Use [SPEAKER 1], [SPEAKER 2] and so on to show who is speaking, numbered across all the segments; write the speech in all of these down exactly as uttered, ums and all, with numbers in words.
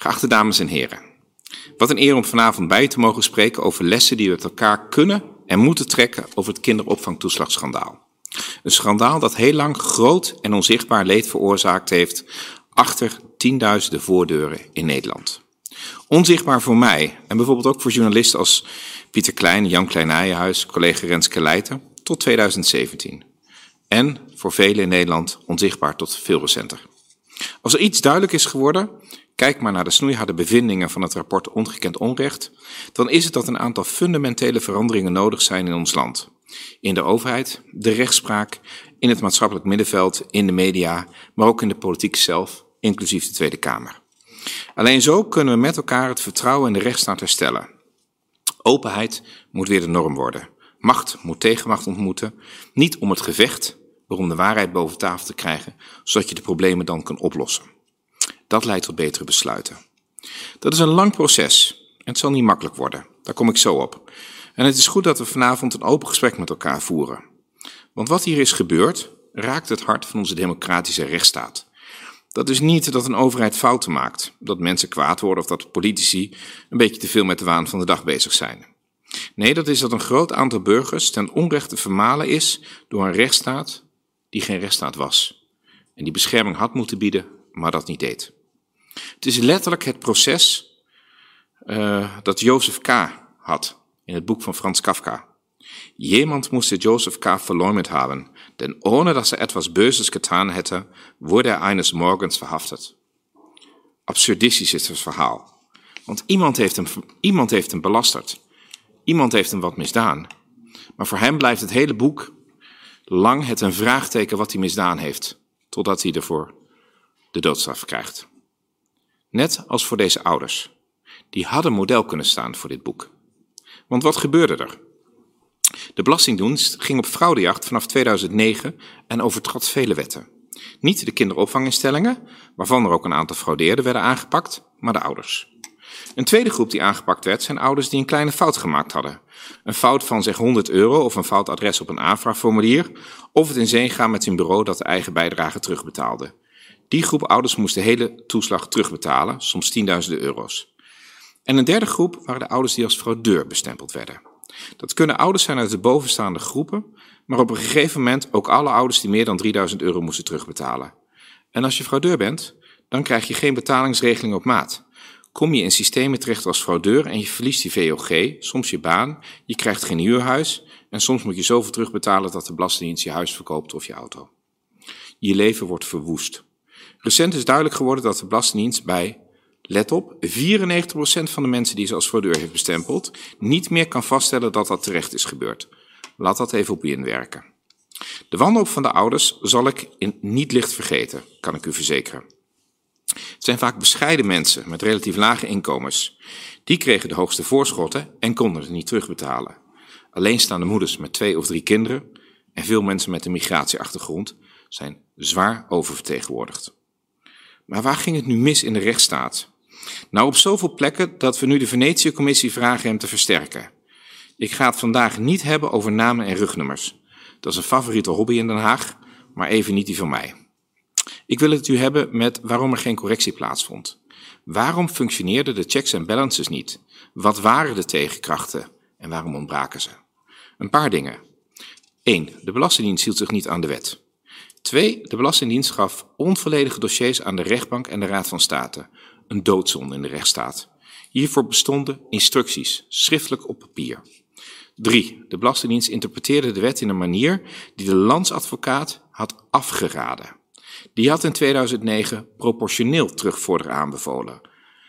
[SPEAKER 1] Geachte dames en heren, wat een eer om vanavond bij u te mogen spreken over lessen die we met elkaar kunnen en moeten trekken over het kinderopvangtoeslagschandaal. Een schandaal dat heel lang groot en onzichtbaar leed veroorzaakt heeft achter tienduizenden voordeuren in Nederland. Onzichtbaar voor mij en bijvoorbeeld ook voor journalisten als Pieter Klein, Jan Klein-Nijenhuis, collega Renske Leijten tot tweeduizend zeventien. En voor velen in Nederland onzichtbaar tot veel recenter. Als er iets duidelijk is geworden, kijk maar naar de snoeiharde bevindingen van het rapport Ongekend Onrecht, dan is het dat een aantal fundamentele veranderingen nodig zijn in ons land. In de overheid, de rechtspraak, in het maatschappelijk middenveld, in de media, maar ook in de politiek zelf, inclusief de Tweede Kamer. Alleen zo kunnen we met elkaar het vertrouwen in de rechtsstaat herstellen. Openheid moet weer de norm worden. Macht moet tegenmacht ontmoeten, niet om het gevecht, maar om de waarheid boven tafel te krijgen, zodat je de problemen dan kan oplossen. Dat leidt tot betere besluiten. Dat is een lang proces en het zal niet makkelijk worden. Daar kom ik zo op. En het is goed dat we vanavond een open gesprek met elkaar voeren. Want wat hier is gebeurd, raakt het hart van onze democratische rechtsstaat. Dat is niet dat een overheid fouten maakt, dat mensen kwaad worden of dat politici een beetje te veel met de waan van de dag bezig zijn. Nee, dat is dat een groot aantal burgers ten onrechte vermalen is door een rechtsstaat die geen rechtsstaat was. En die bescherming had moeten bieden, maar dat niet deed. Het is letterlijk het proces uh, dat Joseph K. had in het boek van Franz Kafka. Jemand moest Joseph K. verleumd hebben, denn ohne dass er etwas Böses getan hätte, wurde er eines Morgens verhaftet. Absurdistisch is het verhaal. Want iemand heeft hem, iemand heeft hem belasterd. Iemand heeft hem wat misdaan. Maar voor hem blijft het hele boek lang het een vraagteken wat hij misdaan heeft, totdat hij ervoor de doodstraf krijgt. Net als voor deze ouders. Die hadden model kunnen staan voor dit boek. Want wat gebeurde er? De Belastingdienst ging op fraudejacht vanaf tweeduizend negen en overtrad vele wetten. Niet de kinderopvanginstellingen, waarvan er ook een aantal fraudeerden werden aangepakt, maar de ouders. Een tweede groep die aangepakt werd zijn ouders die een kleine fout gemaakt hadden. Een fout van zeg honderd euro of een fout adres op een aanvraagformulier, of het in zee gaan met hun bureau dat de eigen bijdrage terugbetaalde. Die groep ouders moest de hele toeslag terugbetalen, soms tienduizenden euro's. En een derde groep waren de ouders die als fraudeur bestempeld werden. Dat kunnen ouders zijn uit de bovenstaande groepen, maar op een gegeven moment ook alle ouders die meer dan drieduizend euro moesten terugbetalen. En als je fraudeur bent, dan krijg je geen betalingsregeling op maat. Kom je in systemen terecht als fraudeur en je verliest je V O G, soms je baan, je krijgt geen huurhuis en soms moet je zoveel terugbetalen dat de Belastingdienst je huis verkoopt of je auto. Je leven wordt verwoest. Recent is duidelijk geworden dat de Belastingdienst bij, let op, vierennegentig procent van de mensen die ze als fraudeur heeft bestempeld, niet meer kan vaststellen dat dat terecht is gebeurd. Laat dat even op je inwerken. De wanhoop van de ouders zal ik in niet licht vergeten, kan ik u verzekeren. Het zijn vaak bescheiden mensen met relatief lage inkomens. Die kregen de hoogste voorschotten en konden het niet terugbetalen. Alleenstaande moeders met twee of drie kinderen en veel mensen met een migratieachtergrond zijn zwaar oververtegenwoordigd. Maar waar ging het nu mis in de rechtsstaat? Nou, op zoveel plekken dat we nu de Venetië-commissie vragen hem te versterken. Ik ga het vandaag niet hebben over namen en rugnummers. Dat is een favoriete hobby in Den Haag, maar even niet die van mij. Ik wil het u hebben met waarom er geen correctie plaatsvond. Waarom functioneerden de checks en balances niet? Wat waren de tegenkrachten en waarom ontbraken ze? Een paar dingen. Eén. De Belastingdienst hield zich niet aan de wet. Twee. De Belastingdienst gaf onvolledige dossiers aan de rechtbank en de Raad van State. Een doodzonde in de rechtsstaat. Hiervoor bestonden instructies, schriftelijk op papier. Drie. De Belastingdienst interpreteerde de wet in een manier die de landsadvocaat had afgeraden. Die had in tweeduizend negen proportioneel terugvorderen aanbevolen.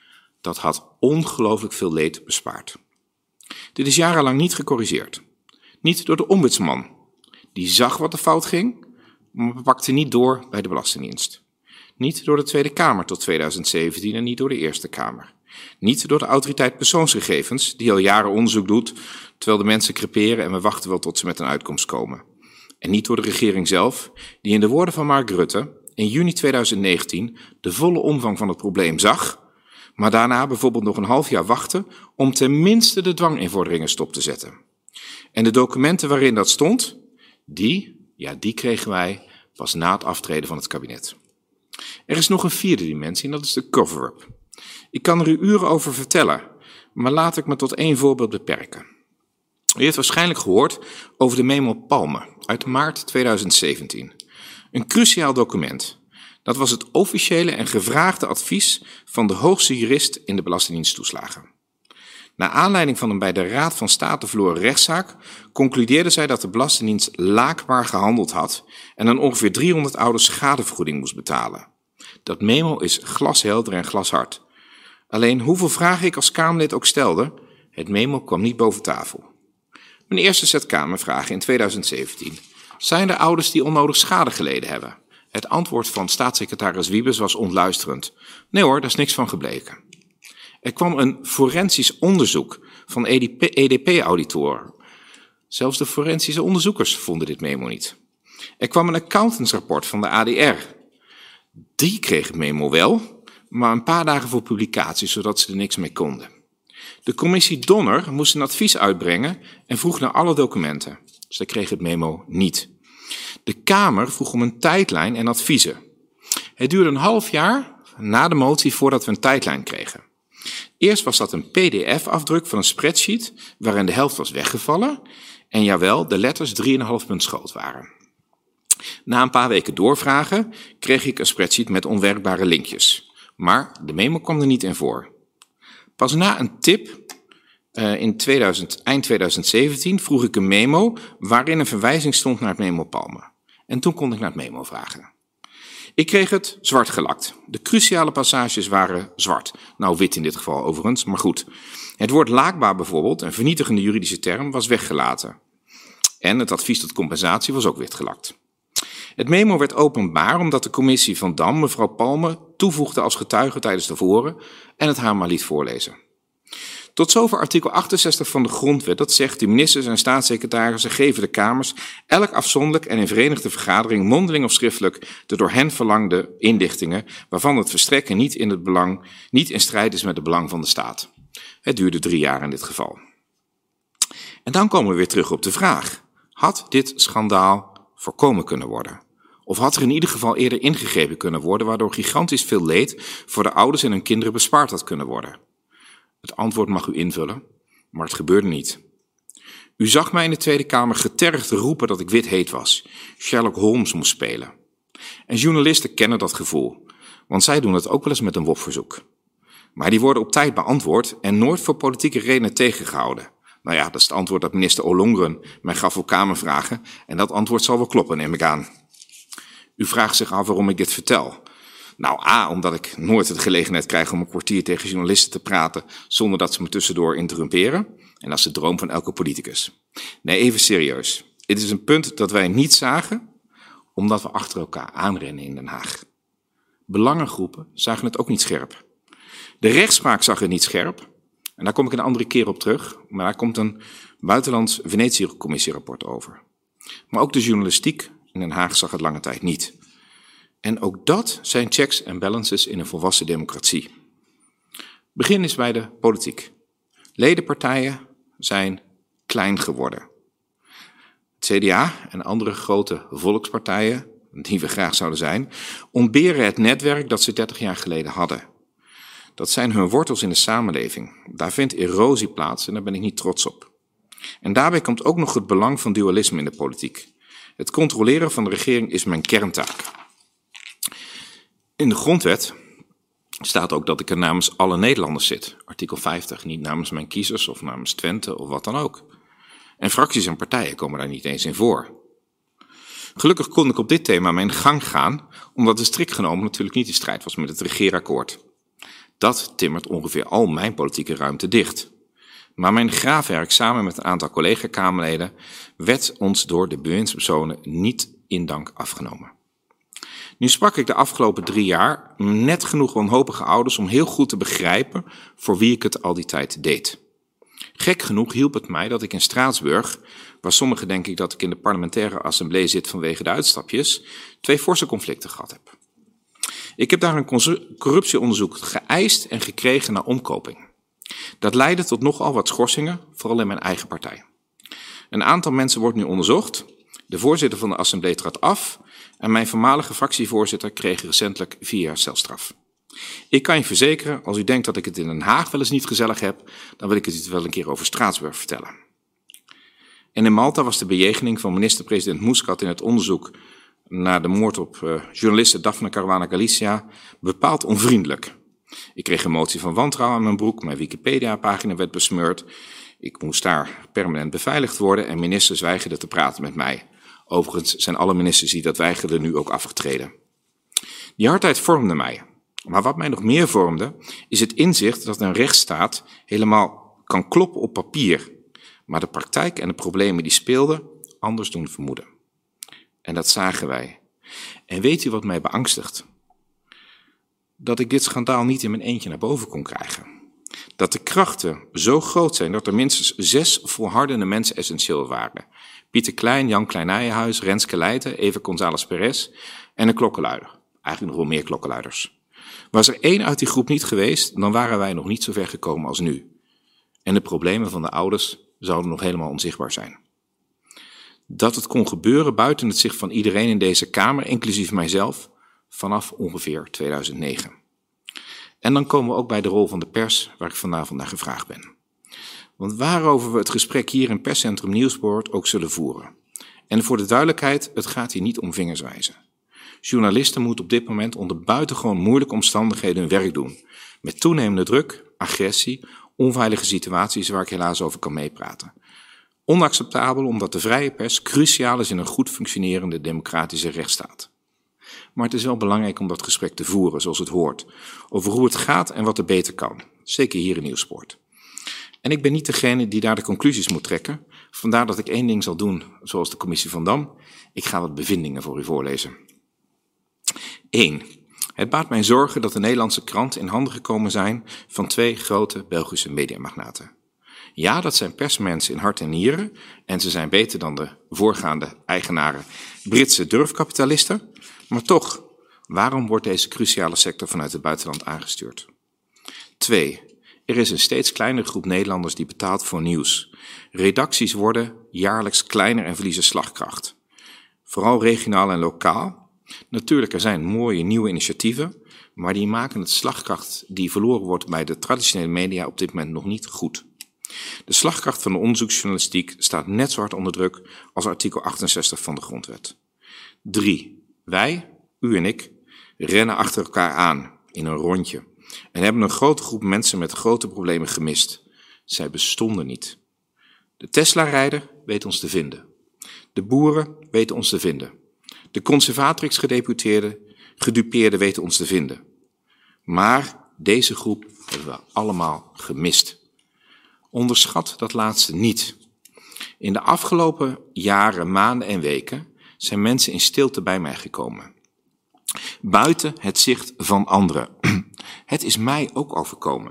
[SPEAKER 1] Dat had ongelooflijk veel leed bespaard. Dit is jarenlang niet gecorrigeerd. Niet door de ombudsman. Die zag wat de fout ging, maar pakte niet door bij de Belastingdienst. Niet door de Tweede Kamer tot tweeduizend zeventien en niet door de Eerste Kamer. Niet door de autoriteit persoonsgegevens, die al jaren onderzoek doet, terwijl de mensen creperen en we wachten wel tot ze met een uitkomst komen. En niet door de regering zelf, die in de woorden van Mark Rutte in juni tweeduizend negentien de volle omvang van het probleem zag, maar daarna bijvoorbeeld nog een half jaar wachten om tenminste de dwanginvorderingen stop te zetten. En de documenten waarin dat stond, die, ja, die kregen wij pas na het aftreden van het kabinet. Er is nog een vierde dimensie en dat is de cover-up. Ik kan er u uren over vertellen, maar laat ik me tot één voorbeeld beperken. U heeft waarschijnlijk gehoord over de memo Palme uit maart tweeduizend zeventien. Een cruciaal document. Dat was het officiële en gevraagde advies van de hoogste jurist in de Belastingdiensttoeslagen. Naar aanleiding van een bij de Raad van State verloren rechtszaak concludeerde zij dat de Belastingdienst laakbaar gehandeld had en een ongeveer driehonderd ouders schadevergoeding moest betalen. Dat memo is glashelder en glashard. Alleen hoeveel vragen ik als Kamerlid ook stelde, het memo kwam niet boven tafel. Mijn eerste set Kamervragen in tweeduizend zeventien. Zijn er ouders die onnodig schade geleden hebben? Het antwoord van staatssecretaris Wiebes was ontluisterend. Nee hoor, daar is niks van gebleken. Er kwam een forensisch onderzoek van E D P-auditoren. Zelfs de forensische onderzoekers vonden dit memo niet. Er kwam een accountantsrapport van de A D R. Die kreeg het memo wel, maar een paar dagen voor publicatie, zodat ze er niks mee konden. De commissie Donner moest een advies uitbrengen en vroeg naar alle documenten. Zij kreeg het memo niet. De Kamer vroeg om een tijdlijn en adviezen. Het duurde een half jaar na de motie voordat we een tijdlijn kregen. Eerst was dat een P D F-afdruk van een spreadsheet waarin de helft was weggevallen en jawel, de letters drieënhalf punt groot waren. Na een paar weken doorvragen kreeg ik een spreadsheet met onwerkbare linkjes. Maar de memo kwam er niet in voor. Pas na een tip uh, in tweeduizend, eind tweeduizend zeventien vroeg ik een memo waarin een verwijzing stond naar het memo Palme. En toen kon ik naar het memo vragen. Ik kreeg het zwart gelakt. De cruciale passages waren zwart. Nou, wit in dit geval overigens, maar goed. Het woord laakbaar bijvoorbeeld, een vernietigende juridische term, was weggelaten. En het advies tot compensatie was ook wit gelakt. Het memo werd openbaar omdat de commissie Van Dam mevrouw Palme toevoegde als getuige tijdens de verhoren en het haar maar liet voorlezen. Tot zover artikel achtenzestig van de Grondwet, dat zegt de ministers en staatssecretarissen geven de Kamers elk afzonderlijk en in verenigde vergadering, mondeling of schriftelijk, de door hen verlangde inlichtingen, waarvan het verstrekken niet in, het belang, niet in strijd is met het belang van de staat. Het duurde drie jaar in dit geval. En dan komen we weer terug op de vraag, had dit schandaal voorkomen kunnen worden? Of had er in ieder geval eerder ingegrepen kunnen worden, waardoor gigantisch veel leed voor de ouders en hun kinderen bespaard had kunnen worden? Het antwoord mag u invullen, maar het gebeurde niet. U zag mij in de Tweede Kamer getergd roepen dat ik wit heet was, Sherlock Holmes moest spelen. En journalisten kennen dat gevoel, want zij doen het ook wel eens met een W O P-verzoek. Maar die worden op tijd beantwoord en nooit voor politieke redenen tegengehouden. Nou ja, dat is het antwoord dat minister Ollongren mij gaf op Kamervragen en dat antwoord zal wel kloppen, neem ik aan. U vraagt zich af waarom ik dit vertel. Nou, A, omdat ik nooit de gelegenheid krijg om een kwartier tegen journalisten te praten zonder dat ze me tussendoor interrumperen. En dat is de droom van elke politicus. Nee, even serieus. Het is een punt dat wij niet zagen, omdat we achter elkaar aanrennen in Den Haag. Belangengroepen zagen het ook niet scherp. De rechtspraak zag het niet scherp. En daar kom ik een andere keer op terug, maar daar komt een buitenlands Venetië-commissierapport over. Maar ook de journalistiek in Den Haag zag het lange tijd niet. En ook dat zijn checks en balances in een volwassen democratie. Begin is bij de politiek. Ledenpartijen zijn klein geworden. Het C D A en andere grote volkspartijen, die we graag zouden zijn, ontberen het netwerk dat ze dertig jaar geleden hadden. Dat zijn hun wortels in de samenleving. Daar vindt erosie plaats en daar ben ik niet trots op. En daarbij komt ook nog het belang van dualisme in de politiek. Het controleren van de regering is mijn kerntaak. In de grondwet staat ook dat ik er namens alle Nederlanders zit. Artikel vijftig, niet namens mijn kiezers of namens Twente of wat dan ook. En fracties en partijen komen daar niet eens in voor. Gelukkig kon ik op dit thema mijn gang gaan, omdat de strikt genomen natuurlijk niet in strijd was met het regeerakkoord. Dat timmert ongeveer al mijn politieke ruimte dicht. Maar mijn graafwerk samen met een aantal collega-Kamerleden werd ons door de bewindspersonen niet in dank afgenomen. Nu sprak ik de afgelopen drie jaar net genoeg wanhopige ouders om heel goed te begrijpen voor wie ik het al die tijd deed. Gek genoeg hielp het mij dat ik in Straatsburg, waar sommigen denk ik dat ik in de parlementaire assemblee zit vanwege de uitstapjes, twee forse conflicten gehad heb. Ik heb daar een corruptieonderzoek geëist en gekregen naar omkoping. Dat leidde tot nogal wat schorsingen, vooral in mijn eigen partij. Een aantal mensen wordt nu onderzocht. De voorzitter van de assemblee trad af en mijn voormalige fractievoorzitter kreeg recentelijk vier jaar celstraf. Ik kan je verzekeren, als u denkt dat ik het in Den Haag wel eens niet gezellig heb, dan wil ik het u wel een keer over Straatsburg vertellen. En in Malta was de bejegening van minister-president Muscat in het onderzoek naar de moord op uh, journaliste Daphne Caruana Galizia bepaald onvriendelijk. Ik kreeg een motie van wantrouwen aan mijn broek, mijn Wikipedia-pagina werd besmeurd. Ik moest daar permanent beveiligd worden en ministers weigerden te praten met mij. Overigens zijn alle ministers die dat weigerden nu ook afgetreden. Die hardheid vormde mij. Maar wat mij nog meer vormde, is het inzicht dat een rechtsstaat helemaal kan kloppen op papier, maar de praktijk en de problemen die speelden anders doen vermoeden. En dat zagen wij. En weet u wat mij beangstigt? Dat ik dit schandaal niet in mijn eentje naar boven kon krijgen. Dat de krachten zo groot zijn dat er minstens zes volhardende mensen essentieel waren. Pieter Klein, Jan Klein-Nijenhuis, Renske Leijten, Eva González Perez en een klokkenluider. Eigenlijk nog wel meer klokkenluiders. Was er één uit die groep niet geweest, dan waren wij nog niet zo ver gekomen als nu. En de problemen van de ouders zouden nog helemaal onzichtbaar zijn. Dat het kon gebeuren buiten het zicht van iedereen in deze Kamer, inclusief mijzelf, vanaf ongeveer tweeduizend negen. En dan komen we ook bij de rol van de pers, waar ik vanavond naar gevraagd ben. Want waarover we het gesprek hier in Perscentrum Nieuwspoort ook zullen voeren. En voor de duidelijkheid, het gaat hier niet om vingerswijzen. Journalisten moeten op dit moment onder buitengewoon moeilijke omstandigheden hun werk doen. Met toenemende druk, agressie, onveilige situaties waar ik helaas over kan meepraten. Onacceptabel omdat de vrije pers cruciaal is in een goed functionerende democratische rechtsstaat. Maar het is wel belangrijk om dat gesprek te voeren zoals het hoort. Over hoe het gaat en wat er beter kan. Zeker hier in Nieuwspoort. En ik ben niet degene die daar de conclusies moet trekken. Vandaar dat ik één ding zal doen zoals de commissie Van Dam. Ik ga wat bevindingen voor u voorlezen. één. Het baart mij zorgen dat de Nederlandse kranten in handen gekomen zijn van twee grote Belgische mediamagnaten. Ja, dat zijn persmensen in hart en nieren en ze zijn beter dan de voorgaande eigenaren Britse durfkapitalisten. Maar toch, waarom wordt deze cruciale sector vanuit het buitenland aangestuurd? twee. Er is een steeds kleinere groep Nederlanders die betaalt voor nieuws. Redacties worden jaarlijks kleiner en verliezen slagkracht. Vooral regionaal en lokaal. Natuurlijk, er zijn mooie nieuwe initiatieven, maar die maken het slagkracht die verloren wordt bij de traditionele media op dit moment nog niet goed. De slagkracht van de onderzoeksjournalistiek staat net zo hard onder druk als artikel achtenzestig van de Grondwet. drie. Wij, u en ik, rennen achter elkaar aan in een rondje en hebben een grote groep mensen met grote problemen gemist. Zij bestonden niet. De Tesla-rijder weet ons te vinden. De boeren weten ons te vinden. De conservatrix-gedeputeerden, gedupeerden weten ons te vinden. Maar deze groep hebben we allemaal gemist. Onderschat dat laatste niet. In de afgelopen jaren, maanden en weken zijn mensen in stilte bij mij gekomen. Buiten het zicht van anderen. Het is mij ook overkomen.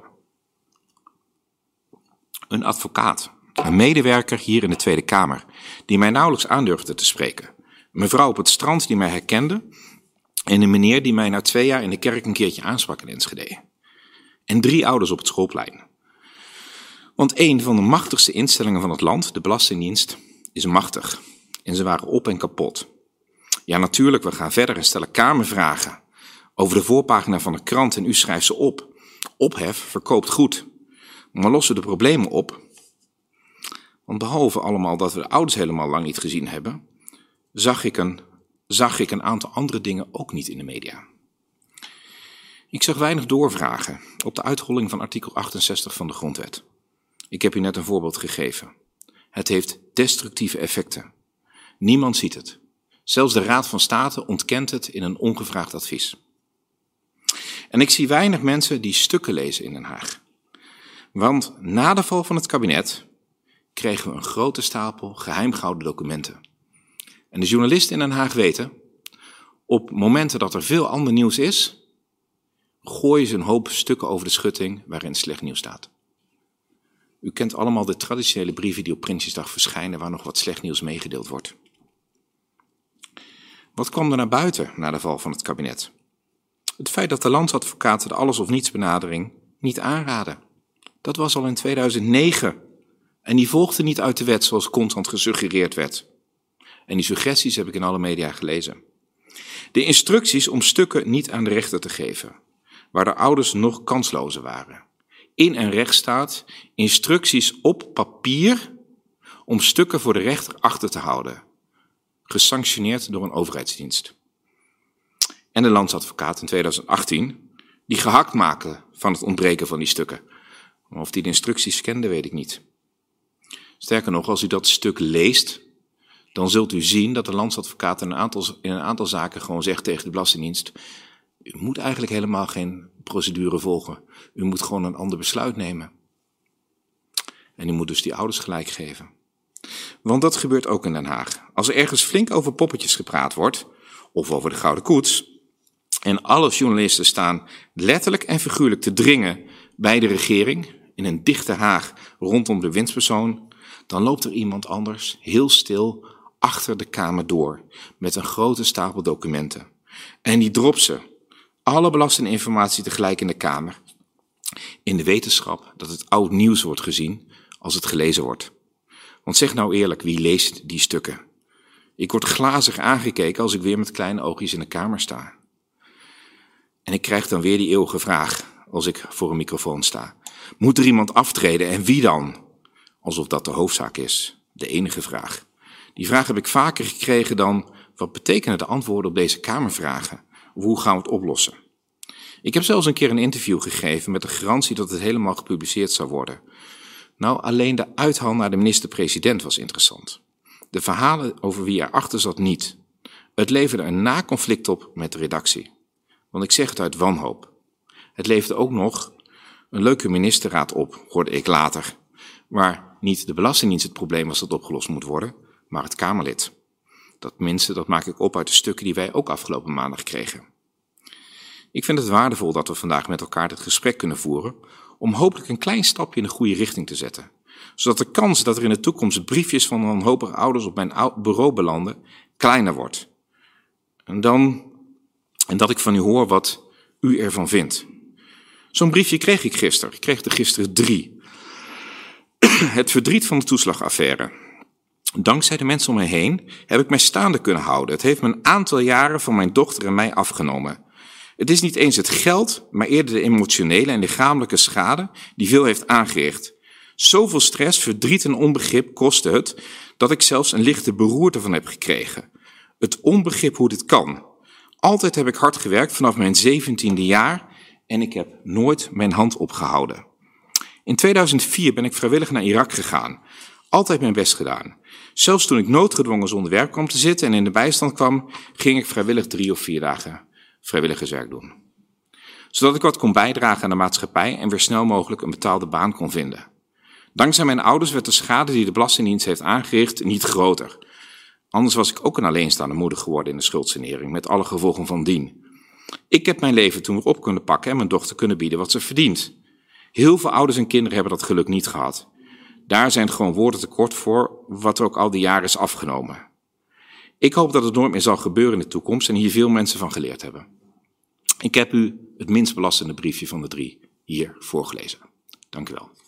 [SPEAKER 1] Een advocaat, een medewerker hier in de Tweede Kamer, die mij nauwelijks aandurfde te spreken. Een mevrouw op het strand die mij herkende en een meneer die mij na twee jaar in de kerk een keertje aansprak in Enschede. En drie ouders op het schoolplein. Want een van de machtigste instellingen van het land, de Belastingdienst, is machtig. En ze waren op en kapot. Ja, natuurlijk, we gaan verder en stellen Kamervragen over de voorpagina van de krant en u schrijft ze op. Ophef verkoopt goed. Maar lossen we de problemen op? Want behalve allemaal dat we de ouders helemaal lang niet gezien hebben, zag ik een, zag ik een aantal andere dingen ook niet in de media. Ik zag weinig doorvragen op de uitholling van artikel achtenzestig van de Grondwet. Ik heb u net een voorbeeld gegeven. Het heeft destructieve effecten. Niemand ziet het. Zelfs de Raad van State ontkent het in een ongevraagd advies. En ik zie weinig mensen die stukken lezen in Den Haag. Want na de val van het kabinet kregen we een grote stapel geheimgehouden documenten. En de journalisten in Den Haag weten, op momenten dat er veel ander nieuws is, gooien ze een hoop stukken over de schutting waarin slecht nieuws staat. U kent allemaal de traditionele brieven die op Prinsjesdag verschijnen waar nog wat slecht nieuws meegedeeld wordt. Wat kwam er naar buiten na de val van het kabinet? Het feit dat de landsadvocaten de alles of niets benadering niet aanraden. Dat was al in tweeduizend negen. En die volgde niet uit de wet zoals constant gesuggereerd werd. En die suggesties heb ik in alle media gelezen. De instructies om stukken niet aan de rechter te geven waar de ouders nog kanslozer waren. In een rechtsstaat instructies op papier om stukken voor de rechter achter te houden. Gesanctioneerd door een overheidsdienst. En de landsadvocaat in tweeduizend achttien, die gehakt maken van het ontbreken van die stukken. Maar of die de instructies kende, weet ik niet. Sterker nog, als u dat stuk leest, dan zult u zien dat de landsadvocaat in een aantal, in een aantal zaken gewoon zegt tegen de Belastingdienst: u moet eigenlijk helemaal geen procedure volgen. U moet gewoon een ander besluit nemen. En u moet dus die ouders gelijk geven. Want dat gebeurt ook in Den Haag. Als er ergens flink over poppetjes gepraat wordt, of over de Gouden Koets, en alle journalisten staan letterlijk en figuurlijk te dringen bij de regering, in een dichte Haag rondom de winstpersoon, dan loopt er iemand anders heel stil achter de Kamer door, met een grote stapel documenten. En die dropt ze, alle belastinginformatie tegelijk in de Kamer, in de wetenschap dat het oud nieuws wordt gezien als het gelezen wordt. Want zeg nou eerlijk, wie leest die stukken? Ik word glazig aangekeken als ik weer met kleine oogjes in de Kamer sta. En ik krijg dan weer die eeuwige vraag, als ik voor een microfoon sta. Moet er iemand aftreden en wie dan? Alsof dat de hoofdzaak is, de enige vraag. Die vraag heb ik vaker gekregen dan, wat betekenen de antwoorden op deze Kamervragen? Of hoe gaan we het oplossen? Ik heb zelfs een keer een interview gegeven met de garantie dat het helemaal gepubliceerd zou worden. Nou, alleen de uithaal naar de minister-president was interessant. De verhalen over wie erachter zat niet. Het leverde een na-conflict op met de redactie. Want ik zeg het uit wanhoop. Het leverde ook nog een leuke ministerraad op, hoorde ik later. Waar niet de Belastingdienst het probleem was dat opgelost moet worden, maar het Kamerlid. Dat minste, dat maak ik op uit de stukken die wij ook afgelopen maandag kregen. Ik vind het waardevol dat we vandaag met elkaar dit gesprek kunnen voeren, om hopelijk een klein stapje in de goede richting te zetten. Zodat de kans dat er in de toekomst briefjes van wanhopige ouders op mijn bureau belanden, kleiner wordt. En dan, en dat ik van u hoor wat u ervan vindt. Zo'n briefje kreeg ik gisteren. Ik kreeg er gisteren drie. Het verdriet van de toeslagaffaire. Dankzij de mensen om me heen heb ik mij staande kunnen houden. Het heeft me een aantal jaren van mijn dochter en mij afgenomen. Het is niet eens het geld, maar eerder de emotionele en lichamelijke schade die veel heeft aangericht. Zoveel stress, verdriet en onbegrip kostte het, dat ik zelfs een lichte beroerte van heb gekregen. Het onbegrip hoe dit kan. Altijd heb ik hard gewerkt vanaf mijn zeventiende jaar en ik heb nooit mijn hand opgehouden. In tweeduizend vier ben ik vrijwillig naar Irak gegaan. Altijd mijn best gedaan. Zelfs toen ik noodgedwongen zonder werk kwam te zitten en in de bijstand kwam, ging ik vrijwillig drie of vier dagen vrijwilligerswerk doen. Zodat ik wat kon bijdragen aan de maatschappij en weer snel mogelijk een betaalde baan kon vinden. Dankzij mijn ouders werd de schade die de Belastingdienst heeft aangericht niet groter. Anders was ik ook een alleenstaande moeder geworden in de schuldsanering, met alle gevolgen van dien. Ik heb mijn leven toen weer op kunnen pakken en mijn dochter kunnen bieden wat ze verdient. Heel veel ouders en kinderen hebben dat geluk niet gehad. Daar zijn gewoon woorden tekort voor, wat er ook al die jaren is afgenomen. Ik hoop dat het nooit meer zal gebeuren in de toekomst en hier veel mensen van geleerd hebben. Ik heb u het minst belastende briefje van de drie hier voorgelezen. Dank u wel.